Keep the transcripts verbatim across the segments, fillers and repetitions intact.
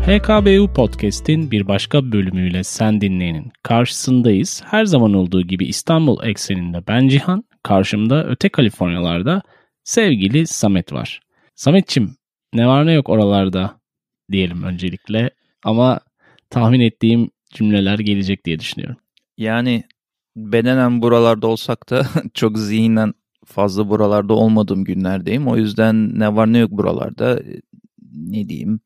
H K B U Podcast'in bir başka bölümüyle sen dinleyenin karşısındayız. Her zaman olduğu gibi İstanbul ekseninde ben Cihan, karşımda öte Kaliforniyalarda sevgili Samet var. Sametçim, ne var ne yok oralarda diyelim öncelikle, ama tahmin ettiğim cümleler gelecek diye düşünüyorum. Yani bedenen buralarda olsak da çok zihnen fazla buralarda olmadığım günlerdeyim. O yüzden ne var ne yok buralarda, ne diyeyim,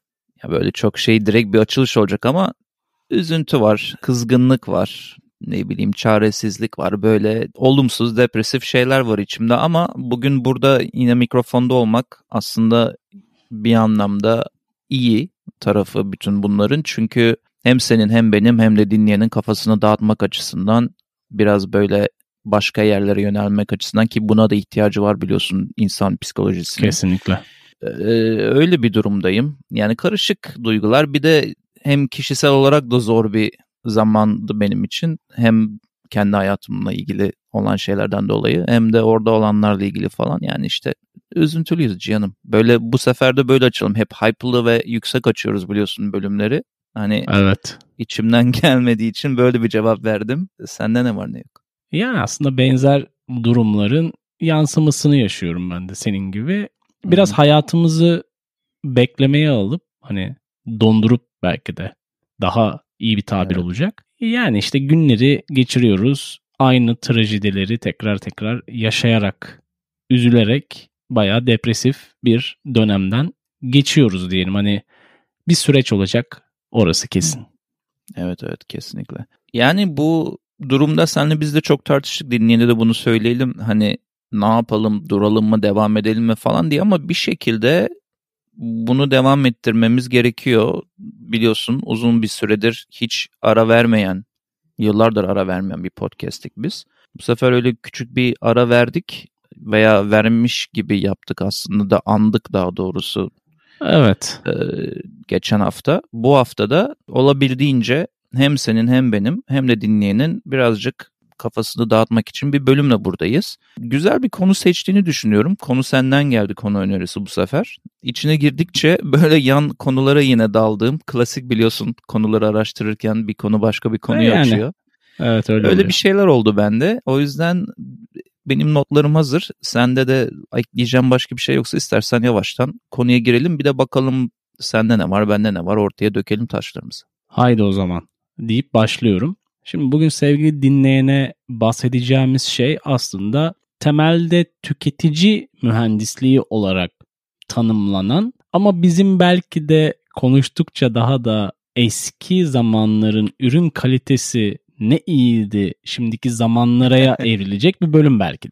ya böyle çok şey, direkt bir açılış olacak ama üzüntü var, kızgınlık var, ne bileyim çaresizlik var, böyle olumsuz, depresif şeyler var içimde. Ama bugün burada yine mikrofonda olmak aslında bir anlamda iyi tarafı bütün bunların. Çünkü hem senin hem benim hem de dinleyenin kafasını dağıtmak açısından, biraz böyle başka yerlere yönelmek açısından, ki buna da ihtiyacı var biliyorsun insan psikolojisine. Kesinlikle. Ee, öyle bir durumdayım. Yani karışık duygular. Bir de hem kişisel olarak da zor bir zamandı benim için. Hem kendi hayatımla ilgili olan şeylerden dolayı hem de orada olanlarla ilgili falan. Yani işte üzüntülüyüz canım. Böyle bu sefer de böyle açalım. Hep hype'lı ve yüksek açıyoruz biliyorsun bölümleri. Hani evet. İçimden gelmediği için böyle bir cevap verdim. Sende ne var ne yok? Yani aslında benzer durumların yansımasını yaşıyorum ben de senin gibi. Biraz Hı-hı. hayatımızı beklemeye alıp hani dondurup, belki de daha iyi bir tabir evet. olacak. Yani işte günleri geçiriyoruz. Aynı trajedileri tekrar tekrar yaşayarak, üzülerek bayağı depresif bir dönemden geçiyoruz diyelim. Hani bir süreç olacak, orası kesin. Evet evet, kesinlikle. Yani bu durumda seninle biz de çok tartıştık. Dinleyene de bunu söyleyelim. Hani ne yapalım, duralım mı, devam edelim mi falan diye, ama bir şekilde bunu devam ettirmemiz gerekiyor. Biliyorsun uzun bir süredir hiç ara vermeyen, yıllardır ara vermeyen bir podcast'tik biz. Bu sefer öyle küçük bir ara verdik veya vermiş gibi yaptık aslında, da andık daha doğrusu. Evet. Ee, geçen hafta. Bu hafta da olabildiğince hem senin hem benim hem de dinleyenin birazcık kafasını dağıtmak için bir bölümle buradayız. Güzel bir konu seçtiğini düşünüyorum. Konu senden geldi, konu önerisi bu sefer. İçine girdikçe böyle yan konulara yine daldığım, klasik biliyorsun, konuları araştırırken bir konu başka bir konuyu yani, açıyor. Evet, öyle Öyle oluyor. bir şeyler oldu bende. O yüzden benim notlarım hazır. Sende de ekleyeceğim başka bir şey yoksa istersen yavaştan konuya girelim. Bir de bakalım sende ne var, bende ne var, ortaya dökelim taşlarımızı. Haydi o zaman deyip başlıyorum. Şimdi bugün sevgili dinleyene bahsedeceğimiz şey aslında temelde tüketici mühendisliği olarak tanımlanan, ama bizim belki de konuştukça daha da eski zamanların ürün kalitesi ne iyiydi şimdiki zamanlara evrilecek bir bölüm belki de.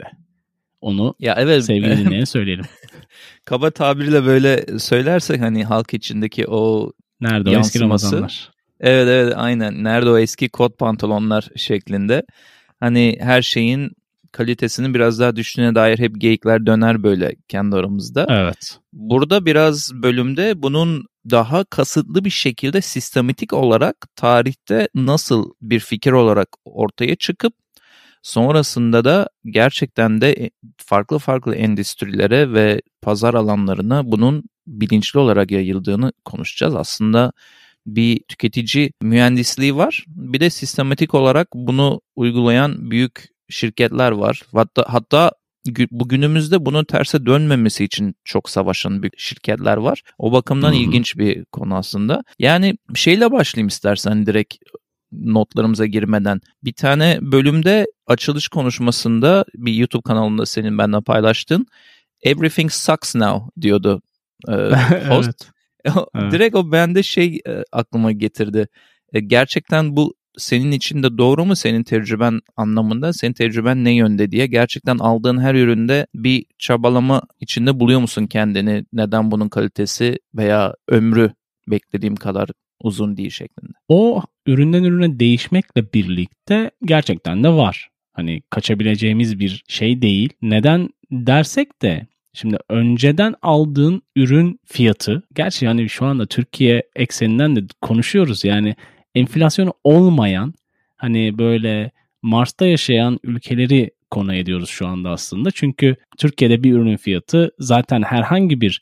Onu ya evet, sevgili dinleyene söyleyelim. Kaba tabirle böyle söylersek hani halk içindeki o nerede yansıması. o eski Ramazanlar? Evet evet, aynen. Nerede o eski kot pantolonlar şeklinde. Hani her şeyin kalitesinin biraz daha düştüğüne dair hep geyikler döner böyle kendi aramızda. Evet. Burada biraz bölümde bunun daha kasıtlı bir şekilde sistematik olarak tarihte nasıl bir fikir olarak ortaya çıkıp sonrasında da gerçekten de farklı farklı endüstrilere ve pazar alanlarına bunun bilinçli olarak yayıldığını konuşacağız. Aslında bir tüketici mühendisliği var. Bir de sistematik olarak bunu uygulayan büyük şirketler var. Hatta, hatta bugünümüzde bunun terse dönmemesi için çok savaşan büyük şirketler var. O bakımdan hmm. ilginç bir konu aslında. Yani şeyle başlayayım istersen direkt notlarımıza girmeden. Bir tane bölümde açılış konuşmasında bir YouTube kanalında senin benimle paylaştığın "Everything sucks now" diyordu e, host. Evet. Evet. Direkt o bende şey e, aklıma getirdi. E, gerçekten bu senin için de doğru mu, senin tecrüben anlamında? Senin tecrüben ne yönde diye. Gerçekten aldığın her üründe bir çabalama içinde buluyor musun kendini? Neden bunun kalitesi veya ömrü beklediğim kadar uzun değil şeklinde. O üründen ürüne değişmekle birlikte gerçekten de var. Hani kaçabileceğimiz bir şey değil. Neden dersek de şimdi önceden aldığın ürün fiyatı, gerçi hani şu anda Türkiye ekseninden de konuşuyoruz, yani enflasyonu olmayan, hani böyle Mars'ta yaşayan ülkeleri konu ediyoruz şu anda aslında. Çünkü Türkiye'de bir ürünün fiyatı zaten herhangi bir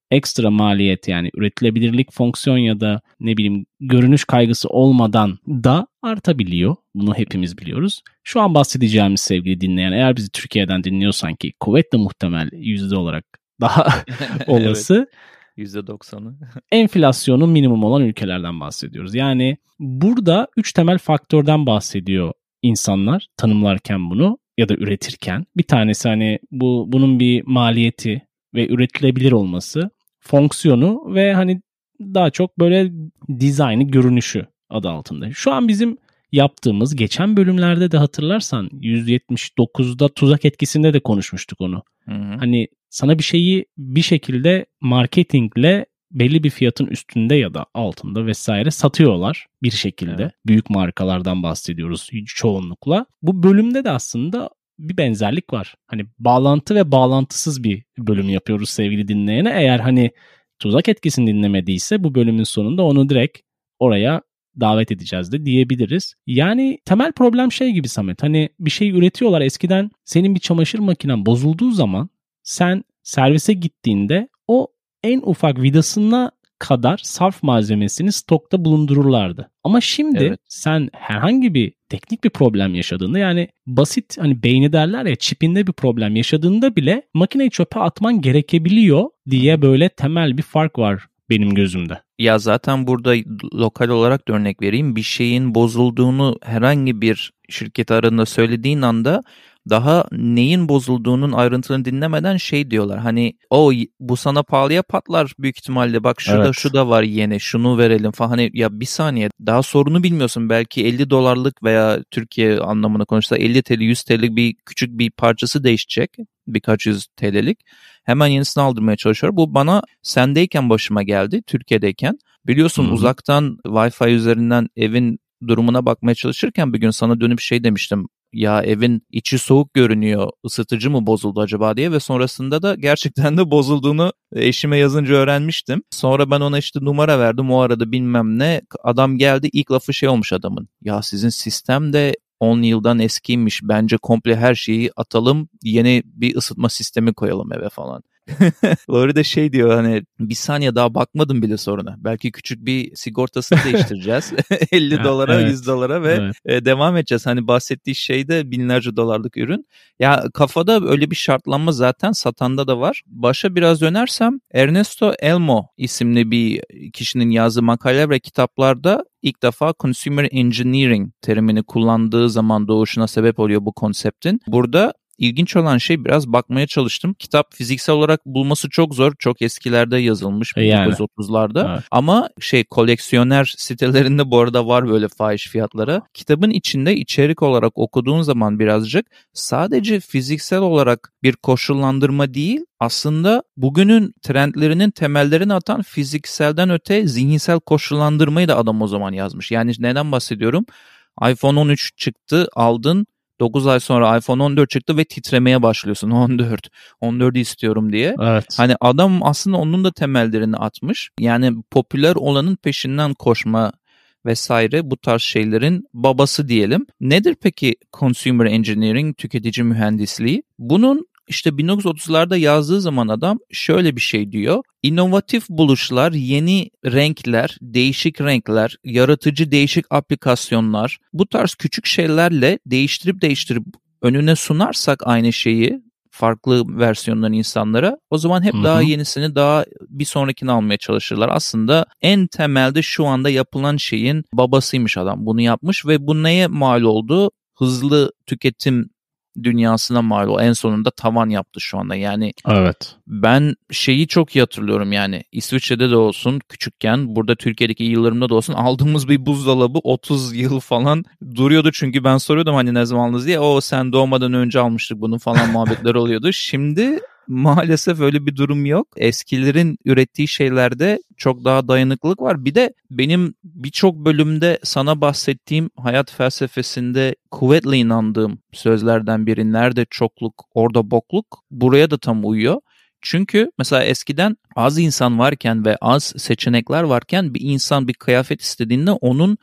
ekstra maliyet yani üretilebilirlik fonksiyon ya da ne bileyim görünüş kaygısı olmadan da artabiliyor. Bunu hepimiz biliyoruz. Şu an bahsedeceğimiz sevgili dinleyen, eğer bizi Türkiye'den dinliyorsan ki kuvvetle muhtemel yüzde olarak daha olası. Evet. yüzde doksanı. Enflasyonun minimum olan ülkelerden bahsediyoruz. Yani burada üç temel faktörden bahsediyor insanlar tanımlarken bunu ya da üretirken. Bir tanesi hani bu bunun bir maliyeti ve üretilebilir olması, fonksiyonu ve hani daha çok böyle dizaynı, görünüşü adı altında. Şu an bizim yaptığımız, geçen bölümlerde de hatırlarsan yüz yetmiş dokuzda tuzak etkisinde de konuşmuştuk onu. Hı hı. Hani sana bir şeyi bir şekilde marketingle belli bir fiyatın üstünde ya da altında vesaire satıyorlar bir şekilde. Evet. Büyük markalardan bahsediyoruz çoğunlukla. Bu bölümde de aslında bir benzerlik var. Hani bağlantı ve bağlantısız bir bölüm yapıyoruz sevgili dinleyene. Eğer hani tuzak etkisini dinlemediyse bu bölümün sonunda onu direkt oraya davet edeceğiz de diyebiliriz. Yani temel problem şey gibi Samet. Hani bir şey üretiyorlar eskiden, senin bir çamaşır makinen bozulduğu zaman sen servise gittiğinde o en ufak vidasına kadar sarf malzemesini stokta bulundururlardı. Ama şimdi evet. sen herhangi bir teknik bir problem yaşadığında, yani basit hani beyni derler ya, çipinde bir problem yaşadığında bile makineyi çöpe atman gerekebiliyor diye böyle temel bir fark var benim gözümde. Ya zaten burada lokal olarak da örnek vereyim. Bir şeyin bozulduğunu herhangi bir şirket arasında söylediğin anda daha neyin bozulduğunun ayrıntılarını dinlemeden şey diyorlar. Hani o bu sana pahalıya patlar büyük ihtimalle. Bak şurada evet. şu da var yeni, şunu verelim falan. Hani ya bir saniye, daha sorunu bilmiyorsun. Belki elli dolarlık veya Türkiye anlamına konuşsa elli TL yüz TL'lik bir küçük bir parçası değişecek. Birkaç yüz T L'lik. Hemen yenisini aldırmaya çalışıyor. Bu bana sendeyken başıma geldi. Türkiye'deyken. Biliyorsun Hı-hı. uzaktan Wi-Fi üzerinden evin durumuna bakmaya çalışırken bir gün sana dönüp şey demiştim. Ya evin içi soğuk görünüyor, ısıtıcı mı bozuldu acaba diye ve sonrasında da gerçekten de bozulduğunu eşime yazınca öğrenmiştim. Sonra ben ona işte numara verdim, o arada bilmem ne, adam geldi, ilk lafı şey olmuş adamın. Ya sizin sistem de on yıldan eskiymiş, bence komple her şeyi atalım, yeni bir ısıtma sistemi koyalım eve falan. Lori de şey diyor, hani bir saniye daha bakmadım bile soruna. Belki küçük bir sigortasını değiştireceğiz. elli dolara evet. yüz dolara ve evet. devam edeceğiz. Hani bahsettiği şey de binlerce dolarlık ürün. Ya kafada öyle bir şartlanma zaten satanda da var. Başa biraz dönersem Ernesto Elmo isimli bir kişinin yazdığı makaleler ve kitaplarda ilk defa consumer engineering terimini kullandığı zaman doğuşuna sebep oluyor bu konseptin. Burada İlginç olan şey, biraz bakmaya çalıştım. Kitap fiziksel olarak bulması çok zor. Çok eskilerde yazılmış, yani. bin dokuz yüz otuzlarda. Evet. Ama şey, koleksiyoner sitelerinde bu arada var böyle fahiş fiyatlara. Kitabın içinde içerik olarak okuduğun zaman birazcık sadece fiziksel olarak bir koşullandırma değil, aslında bugünün trendlerinin temellerini atan fizikselden öte zihinsel koşullandırmayı da adam o zaman yazmış. Yani neden bahsediyorum? iPhone on üç çıktı, aldın. dokuz ay sonra iPhone on dört çıktı ve titremeye başlıyorsun. on dört, on dördü istiyorum diye. Evet. Hani adam aslında onun da temellerini atmış. Yani popüler olanın peşinden koşma vesaire, bu tarz şeylerin babası diyelim. Nedir peki consumer engineering, tüketici mühendisliği? Bunun İşte bin dokuz yüz otuzlarda yazdığı zaman adam şöyle bir şey diyor. İnovatif buluşlar, yeni renkler, değişik renkler, yaratıcı değişik aplikasyonlar, bu tarz küçük şeylerle değiştirip değiştirip önüne sunarsak aynı şeyi, farklı versiyonların insanlara, o zaman hep Hı-hı. daha yenisini, daha bir sonrakini almaya çalışırlar. Aslında en temelde şu anda yapılan şeyin babasıymış adam. Bunu yapmış ve bu neye mal oldu? Hızlı tüketim dünyasına mal oldu. En sonunda tavan yaptı şu anda. Yani evet. Ben şeyi çok iyi hatırlıyorum, yani İsviçre'de de olsun küçükken, burada Türkiye'deki yıllarımda da olsun, aldığımız bir buzdolabı otuz yıl falan duruyordu. Çünkü ben soruyordum hani ne zaman aldınız diye. O sen doğmadan önce almıştık bunu falan muhabbetler oluyordu. Şimdi maalesef öyle bir durum yok. Eskilerin ürettiği şeylerde çok daha dayanıklılık var. Bir de benim birçok bölümde sana bahsettiğim hayat felsefesinde kuvvetle inandığım sözlerden biri, nerede çokluk orada bokluk, buraya da tam uyuyor. Çünkü mesela eskiden az insan varken ve az seçenekler varken bir insan bir kıyafet istediğinde onun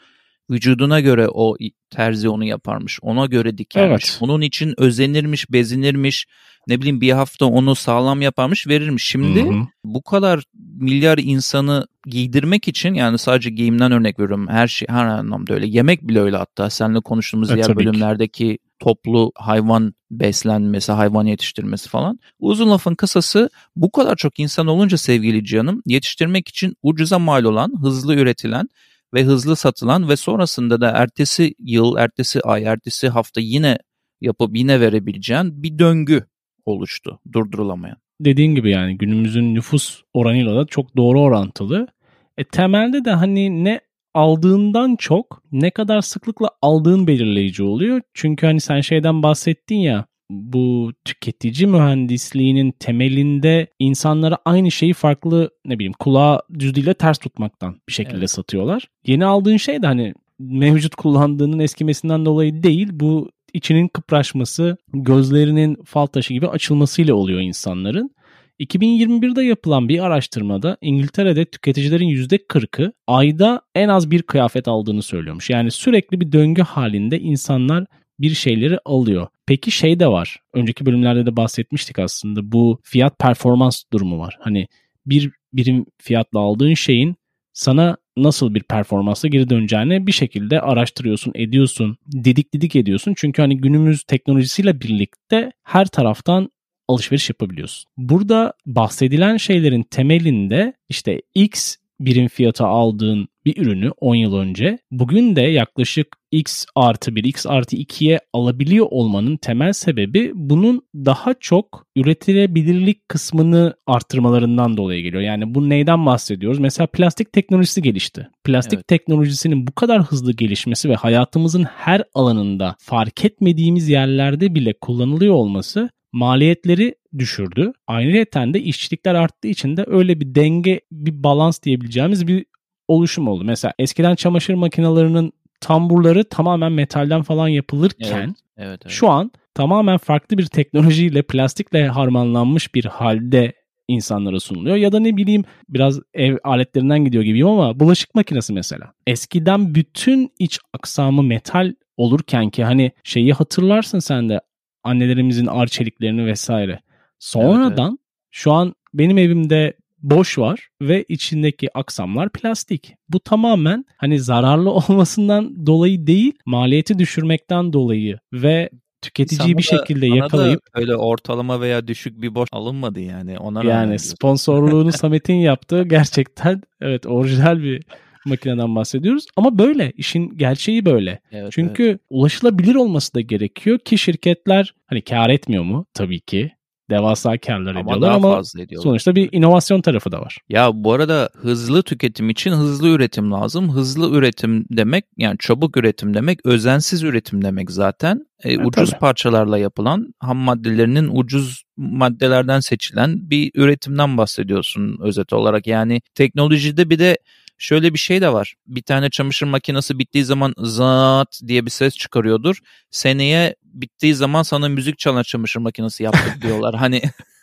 vücuduna göre o terzi onu yaparmış. Ona göre dikermiş. Evet. Onun için özenirmiş, bezinirmiş. Ne bileyim bir hafta onu sağlam yaparmış, verirmiş. Şimdi hı hı. bu kadar milyar insanı giydirmek için, yani sadece giyimden örnek veriyorum. Her şey, her anlamda öyle. Yemek bile öyle hatta. Seninle konuştuğumuz e, diğer bölümlerdeki ki. toplu hayvan beslenmesi, hayvan yetiştirmesi falan. Uzun lafın kısası, bu kadar çok insan olunca sevgili canım, yetiştirmek için ucuza mal olan, hızlı üretilen ve hızlı satılan ve sonrasında da ertesi yıl, ertesi ay, ertesi hafta yine yapıp yine verebileceğin bir döngü oluştu, durdurulamayan. Dediğin gibi yani günümüzün nüfus oranıyla da çok doğru orantılı. E, temelde de hani ne aldığından çok ne kadar sıklıkla aldığın belirleyici oluyor. Çünkü hani sen şeyden bahsettin ya, bu tüketici mühendisliğinin temelinde insanlara aynı şeyi farklı, ne bileyim, kulağa düz dille ters tutmaktan bir şekilde evet. satıyorlar. Yeni aldığın şey de hani mevcut kullandığının eskimesinden dolayı değil, bu içinin kıpraşması, gözlerinin fal taşı gibi açılmasıyla oluyor insanların. iki bin yirmi birde yapılan bir araştırmada İngiltere'de tüketicilerin yüzde kırkı ayda en az bir kıyafet aldığını söylüyormuş. Yani sürekli bir döngü halinde insanlar bir şeyleri alıyor. Peki şey de var. Önceki bölümlerde de bahsetmiştik aslında. Bu fiyat performans durumu var. Hani bir birim fiyatla aldığın şeyin sana nasıl bir performansla geri döneceğini bir şekilde araştırıyorsun, ediyorsun, didik didik ediyorsun. Çünkü hani günümüz teknolojisiyle birlikte her taraftan alışveriş yapabiliyorsun. Burada bahsedilen şeylerin temelinde işte X birim fiyata aldığın bir ürünü on yıl önce bugün de yaklaşık X artı bir, X artı ikiye alabiliyor olmanın temel sebebi bunun daha çok üretilebilirlik kısmını arttırmalarından dolayı geliyor. Yani bu neyden bahsediyoruz? Mesela plastik teknolojisi gelişti. Plastik evet. teknolojisinin bu kadar hızlı gelişmesi ve hayatımızın her alanında fark etmediğimiz yerlerde bile kullanılıyor olması maliyetleri düşürdü. Ayrıyeten de işçilikler arttığı için de öyle bir denge, bir balans diyebileceğimiz bir oluşum oldu. Mesela eskiden çamaşır makinelerinin tamburları tamamen metalden falan yapılırken evet, evet, evet. şu an tamamen farklı bir teknolojiyle, plastikle harmanlanmış bir halde insanlara sunuluyor. Ya da ne bileyim, biraz ev aletlerinden gidiyor gibiyim ama bulaşık makinesi mesela. Eskiden bütün iç aksamı metal olurken ki hani şeyi hatırlarsın sen de, annelerimizin arçeliklerini vesaire. Sonradan evet, evet. şu an benim evimde boş var ve içindeki aksamlar plastik. Bu tamamen hani zararlı olmasından dolayı değil, maliyeti düşürmekten dolayı ve tüketiciyi sana bir şekilde da, yakalayıp da öyle ortalama veya düşük bir boş alınmadı yani. Ona yani sponsorluğunu Samet'in yaptığı gerçekten evet orijinal bir makineden bahsediyoruz. Ama böyle. işin gerçeği böyle. Evet, Çünkü evet. ulaşılabilir olması da gerekiyor ki şirketler hani kar etmiyor mu? Tabii ki. Devasa karlar ama ediyorlar ama ediyorlar. Sonuçta bir inovasyon tarafı da var. Ya bu arada hızlı tüketim için hızlı üretim lazım. Hızlı üretim demek, yani çabuk üretim demek, özensiz üretim demek zaten. E, e, ucuz tabii. parçalarla yapılan, ham maddelerinin ucuz maddelerden seçilen bir üretimden bahsediyorsun özet olarak. Yani teknolojide bir de şöyle bir şey de var. Bir tane çamaşır makinesi bittiği zaman zat diye bir ses çıkarıyordur. Seneye bittiği zaman sana müzik çalan çamaşır makinesi yaptık diyorlar. Hani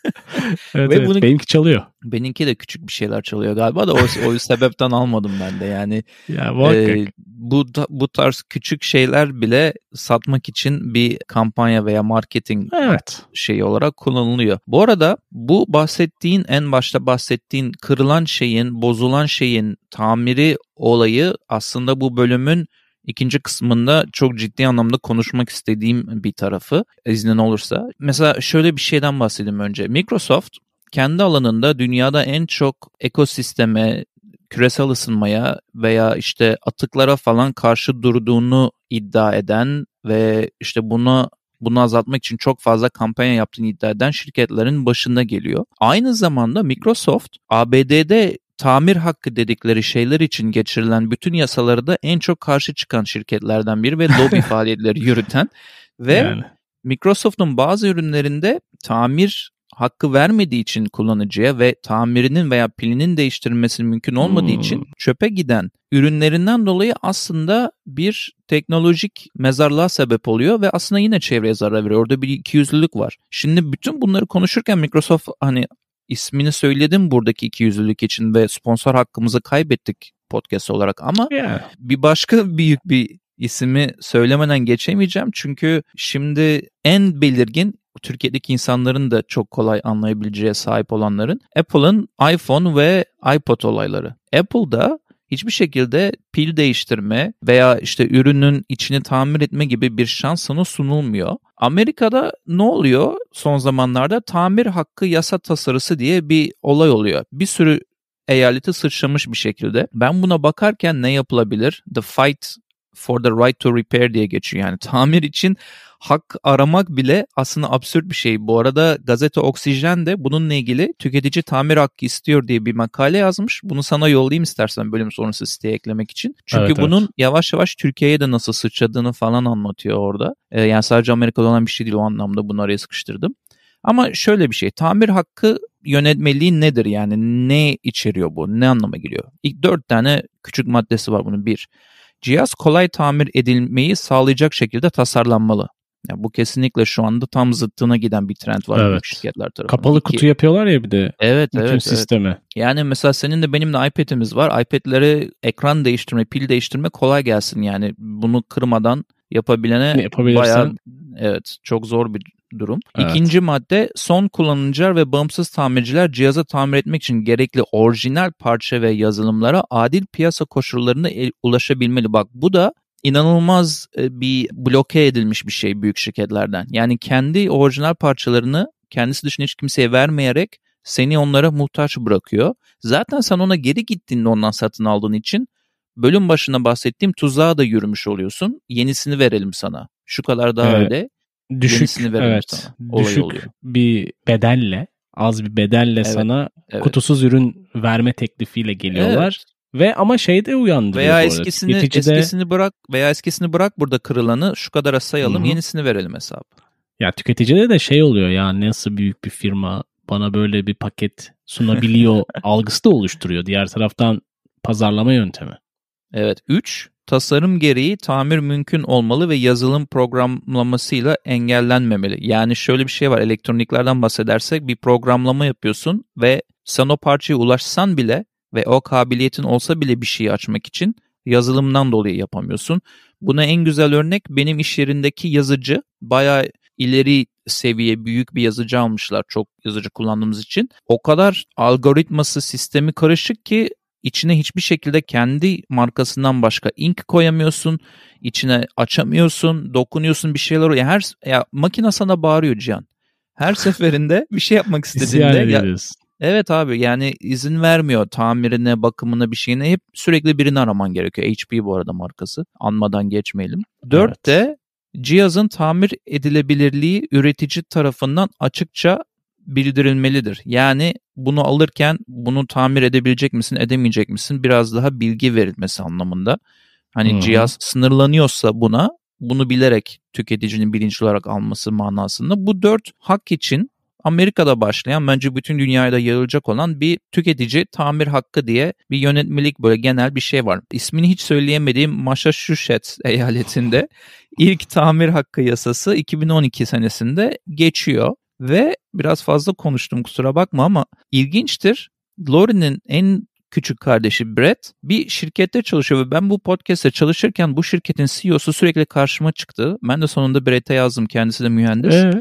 evet, ve evet. bunu, benimki çalıyor. Benimki de küçük bir şeyler çalıyor galiba da o, o sebepten almadım ben de yani. Ya e, bu bu tarz küçük şeyler bile satmak için bir kampanya veya marketing evet. şeyi olarak kullanılıyor. Bu arada bu bahsettiğin, en başta bahsettiğin kırılan şeyin, bozulan şeyin tamiri olayı aslında bu bölümün İkinci kısmında çok ciddi anlamda konuşmak istediğim bir tarafı, iznin olursa. Mesela şöyle bir şeyden bahsedeyim önce. Microsoft kendi alanında dünyada en çok ekosisteme, küresel ısınmaya veya işte atıklara falan karşı durduğunu iddia eden ve işte bunu bunu azaltmak için çok fazla kampanya yaptığını iddia eden şirketlerin başında geliyor. Aynı zamanda Microsoft A B D'de tamir hakkı dedikleri şeyler için geçirilen bütün yasaları da en çok karşı çıkan şirketlerden biri ve lobi faaliyetleri yürüten ve yani. Microsoft'un bazı ürünlerinde tamir hakkı vermediği için kullanıcıya ve tamirinin veya pilinin değiştirilmesi mümkün olmadığı hmm. için çöpe giden ürünlerinden dolayı aslında bir teknolojik mezarlığa sebep oluyor ve aslında yine çevreye zarar veriyor. Orada bir ikiyüzlülük var. Şimdi bütün bunları konuşurken Microsoft, hani ismini söyledim buradaki ikiyüzlülük için ve sponsor hakkımızı kaybettik podcast olarak ama yeah. bir başka büyük bir ismi söylemeden geçemeyeceğim. Çünkü şimdi en belirgin Türkiye'deki insanların da çok kolay anlayabileceği sahip olanların Apple'ın iPhone ve iPod olayları. Apple'da hiçbir şekilde pil değiştirme veya işte ürünün içini tamir etme gibi bir şans sana sunulmuyor. Amerika'da ne oluyor son zamanlarda? Tamir hakkı yasa tasarısı diye bir olay oluyor. Bir sürü eyaleti sıçramış bir şekilde. Ben buna bakarken ne yapılabilir? The Fight for the Right to Repair diye geçiyor. Yani tamir için hak aramak bile aslında absürt bir şey. Bu arada gazete Oksijen de bununla ilgili tüketici tamir hakkı istiyor diye bir makale yazmış. Bunu sana yollayayım istersen bölüm sonrası siteye eklemek için. Çünkü evet, bunun evet. yavaş yavaş Türkiye'ye de nasıl sıçradığını falan anlatıyor orada. Ee, yani sadece Amerika'da olan bir şey değil, o anlamda bunu araya sıkıştırdım. Ama şöyle bir şey, tamir hakkı yönetmeliği nedir, yani ne içeriyor bu, ne anlama geliyor? İlk dört tane küçük maddesi var bunun. Bir, cihaz kolay tamir edilmeyi sağlayacak şekilde tasarlanmalı. Yani bu kesinlikle şu anda tam zıttına giden bir trend var evet. büyük şirketler tarafından. Kapalı kutu İki, yapıyorlar ya bir de. Evet, bütün evet, sistemi. Evet. Yani mesela senin de benim de iPad'imiz var. iPad'lere ekran değiştirme, pil değiştirme kolay gelsin. Yani bunu kırmadan yapabilene bayağı, evet, çok zor bir durum. Evet. İkinci madde, son kullanıcılar ve bağımsız tamirciler cihazı tamir etmek için gerekli orijinal parça ve yazılımlara adil piyasa koşullarında ulaşabilmeli. Bak bu da inanılmaz bir bloke edilmiş bir şey büyük şirketlerden. Yani kendi orijinal parçalarını kendisi dışında hiç kimseye vermeyerek seni onlara muhtaç bırakıyor. Zaten sen ona geri gittiğinde ondan satın aldığın için bölüm başında bahsettiğim tuzağa da yürümüş oluyorsun. Yenisini verelim sana. Şu kadar daha evet. öde. Düşük, yenisini verelim evet. sana. Olay Düşük oluyor. bir bedelle, az bir bedelle evet. sana evet. kutusuz ürün verme teklifiyle geliyorlar. Evet. Ve ama şey de uyandırıyor veya bu arada. eskisini Tüketicide... eskisini bırak veya eskisini bırak burada kırılanı şu kadara sayalım, Hı-hı. yenisini verelim hesap. Ya tüketicide de şey oluyor ya, nasıl büyük bir firma bana böyle bir paket sunabiliyor algısı da oluşturuyor. Diğer taraftan pazarlama yöntemi. Evet. üç. Tasarım gereği tamir mümkün olmalı ve yazılım programlamasıyla engellenmemeli. Yani şöyle bir şey var, elektroniklerden bahsedersek bir programlama yapıyorsun ve sen o parçaya ulaşsan bile ve o kabiliyetin olsa bile bir şeyi açmak için yazılımdan dolayı yapamıyorsun. Buna en güzel örnek benim iş yerindeki yazıcı. Bayağı ileri seviye büyük bir yazıcı almışlar, çok yazıcı kullandığımız için. O kadar algoritması, sistemi karışık ki içine hiçbir şekilde kendi markasından başka ink koyamıyorsun. İçine açamıyorsun, dokunuyorsun, bir şeyler oluyor. Her ya makine sana bağırıyor Cihan. Her seferinde bir şey yapmak istediğinde ya, evet abi, yani izin vermiyor tamirine, bakımına, bir şeyine. Hep sürekli birini araman gerekiyor. H P bu arada markası. Anmadan geçmeyelim. Dörtte evet. Cihazın tamir edilebilirliği üretici tarafından açıkça bildirilmelidir. Yani bunu alırken bunu tamir edebilecek misin, edemeyecek misin, biraz daha bilgi verilmesi anlamında. Hani Hı-hı. cihaz sınırlanıyorsa buna, bunu bilerek tüketicinin bilinçli olarak alması manasında. Bu dört hak için Amerika'da başlayan, bence bütün dünyaya da yayılacak olan bir tüketici tamir hakkı diye bir yönetmelik, böyle genel bir şey var. İsmini hiç söyleyemediğim Massachusetts eyaletinde ilk tamir hakkı yasası iki bin on iki senesinde geçiyor. Ve biraz fazla konuştum, kusura bakma ama ilginçtir. Lori'nin en küçük kardeşi Brett bir şirkette çalışıyor ve ben bu podcast'te çalışırken bu şirketin C E O'su sürekli karşıma çıktı. Ben de sonunda Brett'e yazdım, kendisi de mühendis. Ee?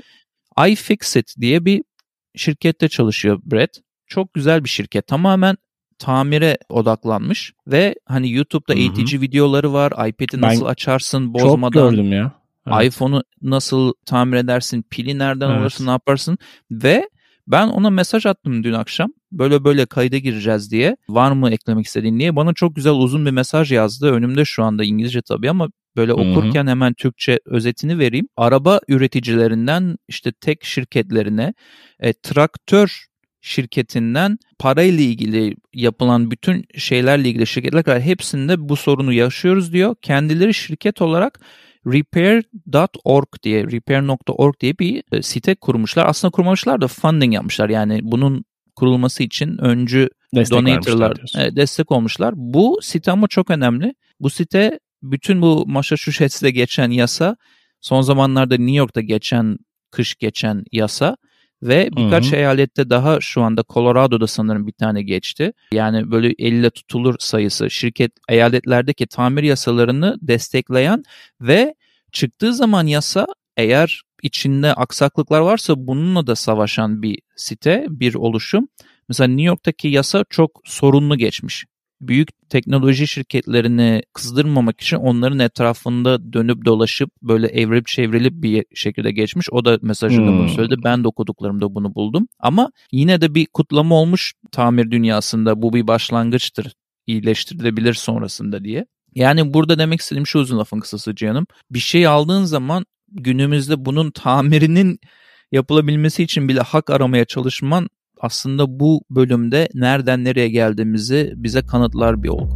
iFixit diye bir şirkette çalışıyor Brett. Çok güzel bir şirket. Tamamen tamire odaklanmış ve hani YouTube'da Hı-hı. eğitici videoları var. iPad'i nasıl ben açarsın bozmadan. Çok gördüm ya. Evet. iPhone'u nasıl tamir edersin, pili nereden evet. alırsın, ne yaparsın. Ve ben ona mesaj attım dün akşam. Böyle böyle kayda gireceğiz diye. Var mı eklemek istediğin diye. Bana çok güzel uzun bir mesaj yazdı. Önümde şu anda İngilizce tabii ama böyle okurken Hı-hı. hemen Türkçe özetini vereyim. Araba üreticilerinden işte tek şirketlerine, e, traktör şirketinden parayla ilgili yapılan bütün şeylerle ilgili şirketler kadar hepsinde bu sorunu yaşıyoruz diyor. Kendileri şirket olarak repair dot org diye, repair nokta org diye bir site kurmuşlar. Aslında kurmamışlar da funding yapmışlar. Yani bunun kurulması için öncü donatorlar destek olmuşlar. Bu site ama çok önemli. Bu site bütün bu Massachusetts'te geçen yasa, son zamanlarda New York'ta geçen, kış geçen yasa Ve birkaç Hı hı. eyalette daha şu anda Colorado'da sanırım bir tane geçti. Yani böyle elle tutulur sayısı şirket eyaletlerdeki tamir yasalarını destekleyen ve çıktığı zaman yasa eğer içinde aksaklıklar varsa bununla da savaşan bir site, bir oluşum. Mesela New York'taki yasa çok sorunlu geçmiş. Büyük teknoloji şirketlerini kızdırmamak için onların etrafında dönüp dolaşıp böyle evrilip çevrilip bir şekilde geçmiş. O da mesajında Hmm. bunu söyledi. Ben de okuduklarımda bunu buldum. Ama yine de bir kutlama olmuş tamir dünyasında, bu bir başlangıçtır, iyileştirilebilir sonrasında diye. Yani burada demek istediğim şu, uzun lafın kısası canım. Bir şey aldığın zaman günümüzde bunun tamirinin yapılabilmesi için bile hak aramaya çalışman aslında bu bölümde nereden nereye geldiğimizi bize kanıtlar bir olgu.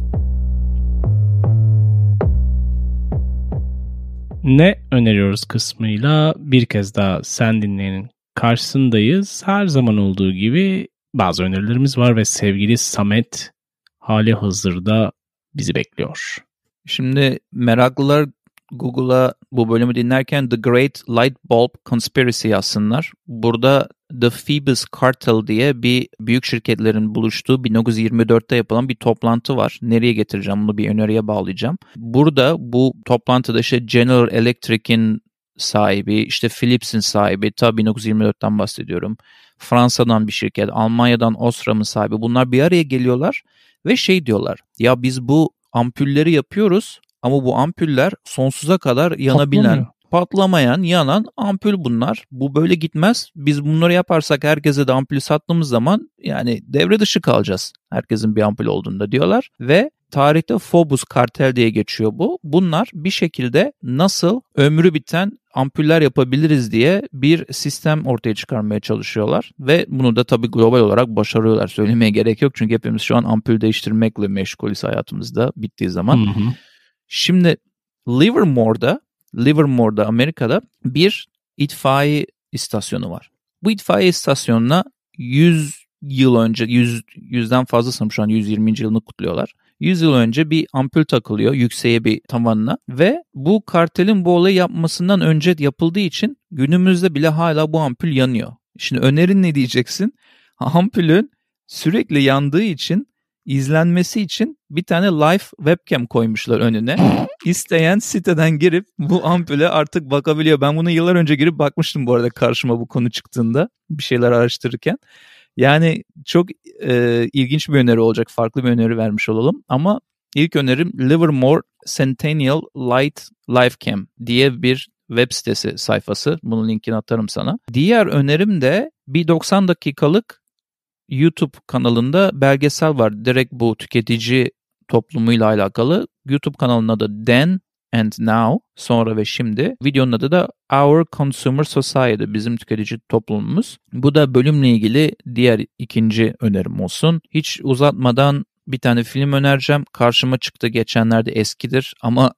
Ne öneriyoruz kısmıyla bir kez daha sen dinleyenin karşısındayız. Her zaman olduğu gibi bazı önerilerimiz var ve sevgili Samet hali hazırda bizi bekliyor. Şimdi meraklılar Google'a bu bölümü dinlerken The Great Light Bulb Conspiracy yazsınlar. Burada The Phoebus Cartel diye bir büyük şirketlerin buluştuğu bin dokuz yüz yirmi dörtte yapılan bir toplantı var. Nereye getireceğim bunu, bir öneriye bağlayacağım. Burada bu toplantıda işte General Electric'in sahibi, işte Philips'in sahibi, tabii bin dokuz yüz yirmi dörtten bahsediyorum. Fransa'dan bir şirket, Almanya'dan Osram'ın sahibi, bunlar bir araya geliyorlar ve şey diyorlar. Ya biz bu ampulleri yapıyoruz ama bu ampuller sonsuza kadar yanabilen, Patlamıyor. patlamayan, yanan ampul bunlar. Bu böyle gitmez. Biz bunları yaparsak herkese de ampulü sattığımız zaman yani devre dışı kalacağız. Herkesin bir ampul olduğunda diyorlar ve tarihte Phobos kartel diye geçiyor bu. Bunlar bir şekilde nasıl ömrü biten ampuller yapabiliriz diye bir sistem ortaya çıkarmaya çalışıyorlar. Ve bunu da tabii global olarak başarıyorlar. Söylemeye gerek yok çünkü hepimiz şu an ampul değiştirmekle meşgulüz hayatımızda bittiği zaman. Hı hı. Şimdi Livermore'da, Livermore'da Amerika'da bir itfaiye istasyonu var. Bu itfaiye istasyonuna yüz yıl önce, yüz, yüzden fazla sanırım şu an yüz yirminci yılını kutluyorlar. yüz yıl önce bir ampul takılıyor yükseğe bir tavanına ve bu kartelin bu olayı yapmasından önce yapıldığı için günümüzde bile hala bu ampul yanıyor. Şimdi önerin ne diyeceksin? Ampulün sürekli yandığı için izlenmesi için bir tane live webcam koymuşlar önüne. İsteyen siteden girip bu ampule artık bakabiliyor. Ben bunu yıllar önce girip bakmıştım bu arada karşıma bu konu çıktığında bir şeyler araştırırken. Yani çok e, ilginç bir öneri olacak. Farklı bir öneri vermiş olalım. Ama ilk önerim Livermore Centennial Light Livecam diye bir web sitesi sayfası. Bunun linkini atarım sana. Diğer önerim de bir doksan dakikalık YouTube kanalında belgesel var. Direkt bu tüketici toplumuyla alakalı. YouTube kanalının adı Then and Now, sonra ve şimdi. Videonun adı da Our Consumer Society, bizim tüketici toplumumuz. Bu da bölümle ilgili diğer ikinci önerim olsun. Hiç uzatmadan bir tane film önereceğim. Karşıma çıktı geçenlerde, eskidir ama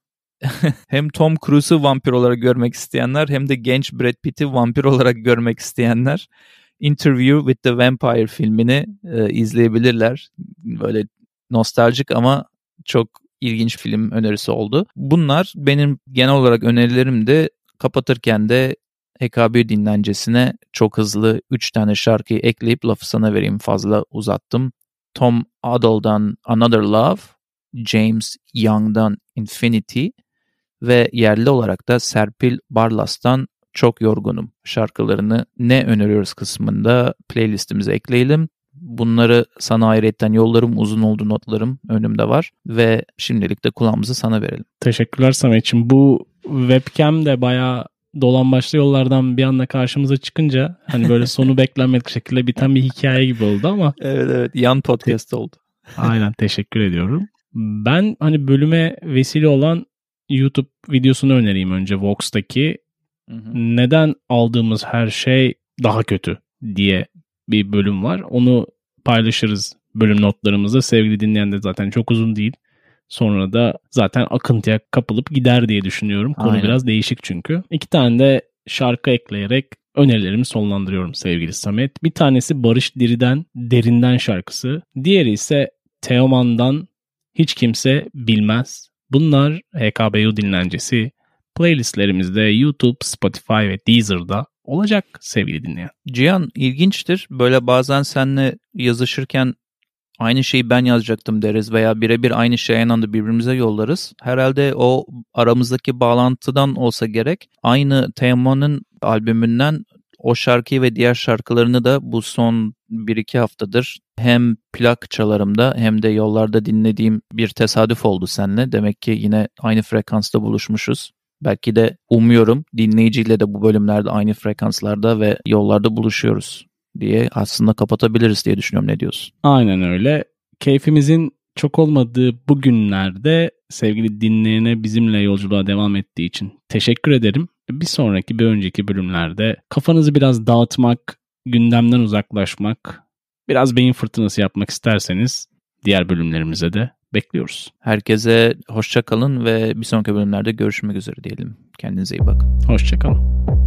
hem Tom Cruise'u vampir olarak görmek isteyenler hem de genç Brad Pitt'i vampir olarak görmek isteyenler Interview with the Vampire filmini e, izleyebilirler. Böyle nostaljik ama çok ilginç film önerisi oldu. Bunlar benim genel olarak önerilerim de. Kapatırken de H K B dinlencesine çok hızlı üç tane şarkıyı ekleyip lafı sana vereyim, fazla uzattım. Tom Odell'dan Another Love, James Young'dan Infinity ve yerli olarak da Serpil Barlas'tan Çok Yorgunum şarkılarını ne öneriyoruz kısmında playlistimize ekleyelim. Bunları sana ayrıyetten yollarım, uzun oldu notlarım önümde var ve şimdilik de kulağımızı sana verelim. Teşekkürler Samet'ciğim. Bu webcam de bayağı dolan başlı yollardan bir anda karşımıza çıkınca hani böyle sonu beklenmedik şekilde biten bir hikaye gibi oldu ama. Evet evet, yan podcast oldu. Aynen, teşekkür ediyorum. Ben hani bölüme vesile olan YouTube videosunu önereyim önce, Vox'taki. Hı hı. Neden aldığımız her şey daha kötü diye bir bölüm var. Onu paylaşırız bölüm notlarımızda. Sevgili dinleyen de zaten çok uzun değil. Sonra da zaten akıntıya kapılıp gider diye düşünüyorum. Konu Aynen. biraz değişik çünkü. İki tane de şarkı ekleyerek önerilerimi sonlandırıyorum sevgili Samet. Bir tanesi Barış Diri'den Derinden şarkısı. Diğeri ise Teoman'dan Hiç Kimse Bilmez. Bunlar H K B U dinlencesi playlistlerimizde YouTube, Spotify ve Deezer'da olacak sevgili dinleyen. Cihan, ilginçtir. Böyle bazen seninle yazışırken aynı şeyi ben yazacaktım deriz veya birebir aynı şeyi aynı anda birbirimize yollarız. Herhalde o aramızdaki bağlantıdan olsa gerek. Aynı Teoman'ın albümünden o şarkıyı ve diğer şarkılarını da bu son bir iki haftadır hem plak çalarımda hem de yollarda dinlediğim bir tesadüf oldu seninle. Demek ki yine aynı frekansta buluşmuşuz. Belki de umuyorum dinleyiciyle de bu bölümlerde aynı frekanslarda ve yollarda buluşuyoruz diye aslında kapatabiliriz diye düşünüyorum. Ne diyorsun? Aynen öyle. Keyfimizin çok olmadığı bu günlerde sevgili dinleyene bizimle yolculuğa devam ettiği için teşekkür ederim. Bir sonraki, bir önceki bölümlerde kafanızı biraz dağıtmak, gündemden uzaklaşmak, biraz beyin fırtınası yapmak isterseniz diğer bölümlerimize de bekliyoruz. Herkese hoşça kalın ve bir sonraki bölümlerde görüşmek üzere diyelim. Kendinize iyi bakın. Hoşça kalın.